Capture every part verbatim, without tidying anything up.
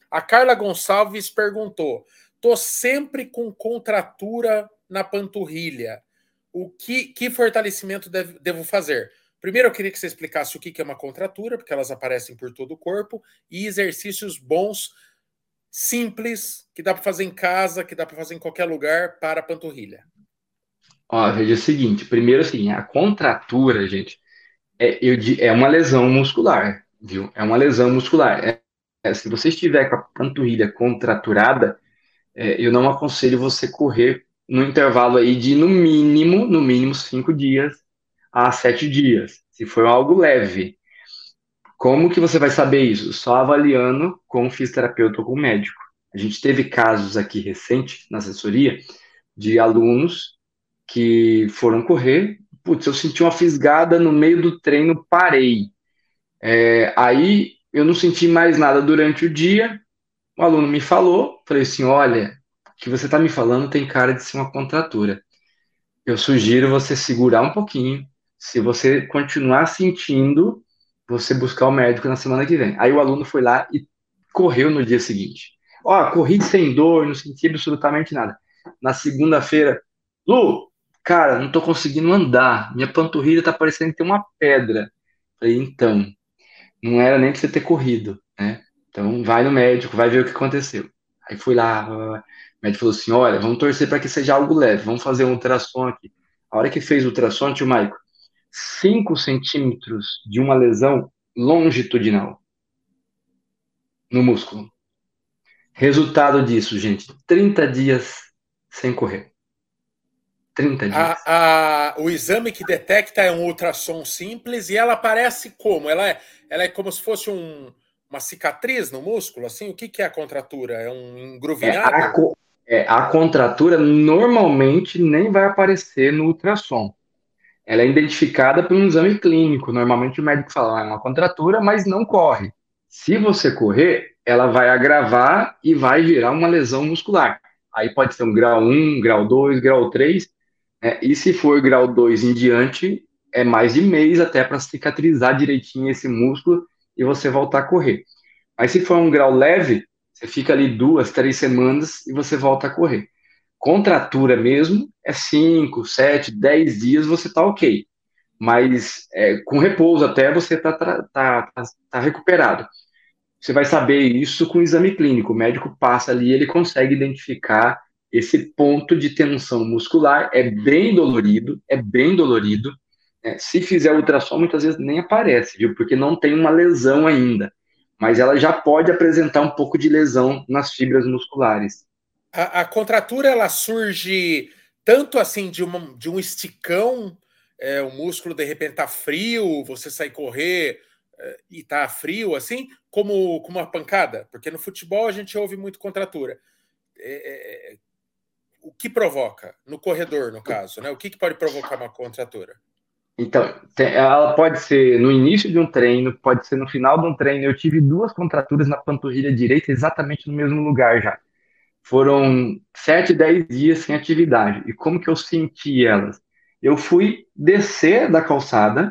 A Carla Gonçalves perguntou: tô sempre com contratura na panturrilha. O que, que fortalecimento deve, devo fazer? Primeiro, eu queria que você explicasse o que é uma contratura, porque elas aparecem por todo o corpo, e exercícios bons, simples, que dá para fazer em casa, que dá para fazer em qualquer lugar para a panturrilha. Ó, veja o seguinte, primeiro assim, a contratura, gente, é, eu, di- é uma lesão muscular, viu? É uma lesão muscular. É- é, se você estiver com a panturrilha contraturada, é, eu não aconselho você correr no intervalo aí de no mínimo, no mínimo cinco dias a sete dias, se for algo leve. Como que você vai saber isso? Só avaliando com o fisioterapeuta ou com o médico. A gente teve casos aqui recente na assessoria de alunos que foram correr. Putz, eu senti uma fisgada no meio do treino, parei. É, aí eu não senti mais nada durante o dia. O aluno me falou, falei assim: olha, o que você está me falando tem cara de ser uma contratura. Eu sugiro você segurar um pouquinho. Se você continuar sentindo, você buscar o médico na semana que vem. Aí o aluno foi lá e correu no dia seguinte. Ó, corri sem dor, não senti absolutamente nada. Na segunda-feira, Lu, cara, não tô conseguindo andar. Minha panturrilha tá parecendo que tem uma pedra. Falei, então, não era nem pra você ter corrido, né? Então, vai no médico, vai ver o que aconteceu. Aí fui lá, o médico falou assim: olha, vamos torcer para que seja algo leve, vamos fazer um ultrassom aqui. A hora que fez o ultrassom, tio Maico, cinco centímetros de uma lesão longitudinal no músculo. Resultado disso, gente, trinta dias sem correr. trinta dias. A, a, o exame que detecta é um ultrassom simples e ela aparece como? Ela é, ela é como se fosse um, uma cicatriz no músculo, assim? O que, que é a contratura? É um É, a, engruvinhado? co- é, a contratura normalmente nem vai aparecer no ultrassom. Ela é identificada por um exame clínico. Normalmente o médico fala, ah, é uma contratura, mas não corre. Se você correr, ela vai agravar e vai virar uma lesão muscular. Aí pode ser um grau um, grau dois, grau três, né? E se for grau dois em diante, é mais de mês até para cicatrizar direitinho esse músculo e você voltar a correr. Mas se for um grau leve, você fica ali duas, três semanas e você volta a correr. Contratura mesmo é cinco, sete, dez dias você tá ok. Mas é, com repouso até você tá, tá, tá, tá recuperado. Você vai saber isso com o exame clínico. O médico passa ali, ele consegue identificar esse ponto de tensão muscular. É bem dolorido, é bem dolorido. É, se fizer ultrassom, muitas vezes nem aparece, viu? Porque não tem uma lesão ainda. Mas ela já pode apresentar um pouco de lesão nas fibras musculares. A, a contratura ela surge tanto assim de, uma, de um esticão, é, o músculo de repente tá frio, você sai correr é, e tá frio assim, como, como uma pancada, porque no futebol a gente ouve muito contratura. É, é, o que provoca? No corredor, no caso, né? O que, que pode provocar uma contratura? Então, tem- ela pode ser no início de um treino, pode ser no final de um treino. Eu tive duas contraturas na panturrilha direita, exatamente no mesmo lugar já. Foram sete, dez dias sem atividade. E como que eu senti elas? Eu fui descer da calçada.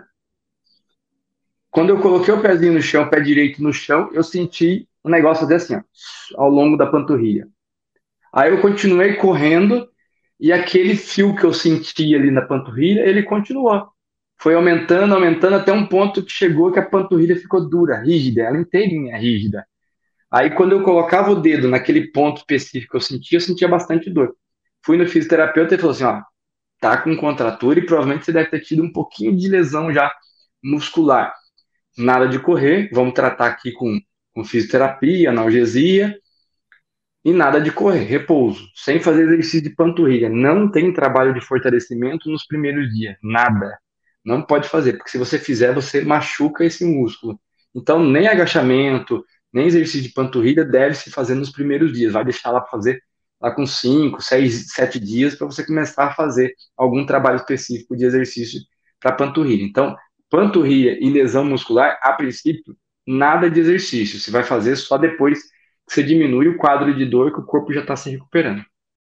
Quando eu coloquei o pezinho no chão, o pé direito no chão, eu senti um negócio fazer assim, ó, ao longo da panturrilha. Aí eu continuei correndo e aquele fio que eu senti ali na panturrilha, ele continuou. Foi aumentando, aumentando até um ponto que chegou que a panturrilha ficou dura, rígida, ela inteirinha rígida. Aí quando eu colocava o dedo naquele ponto específico que eu sentia, eu sentia bastante dor. Fui no fisioterapeuta e falou assim, ó, tá com contratura e provavelmente você deve ter tido um pouquinho de lesão já muscular. Nada de correr, vamos tratar aqui com, com fisioterapia, analgesia, e nada de correr, repouso, sem fazer exercício de panturrilha. Não tem trabalho de fortalecimento nos primeiros dias, nada. Não pode fazer, porque se você fizer, você machuca esse músculo. Então, nem agachamento, nem exercício de panturrilha deve se fazer nos primeiros dias. Vai deixar lá para fazer lá com cinco, seis, sete dias para você começar a fazer algum trabalho específico de exercício para panturrilha. Então, panturrilha e lesão muscular, a princípio, nada de exercício. Você vai fazer só depois você diminui o quadro de dor que o corpo já está se recuperando.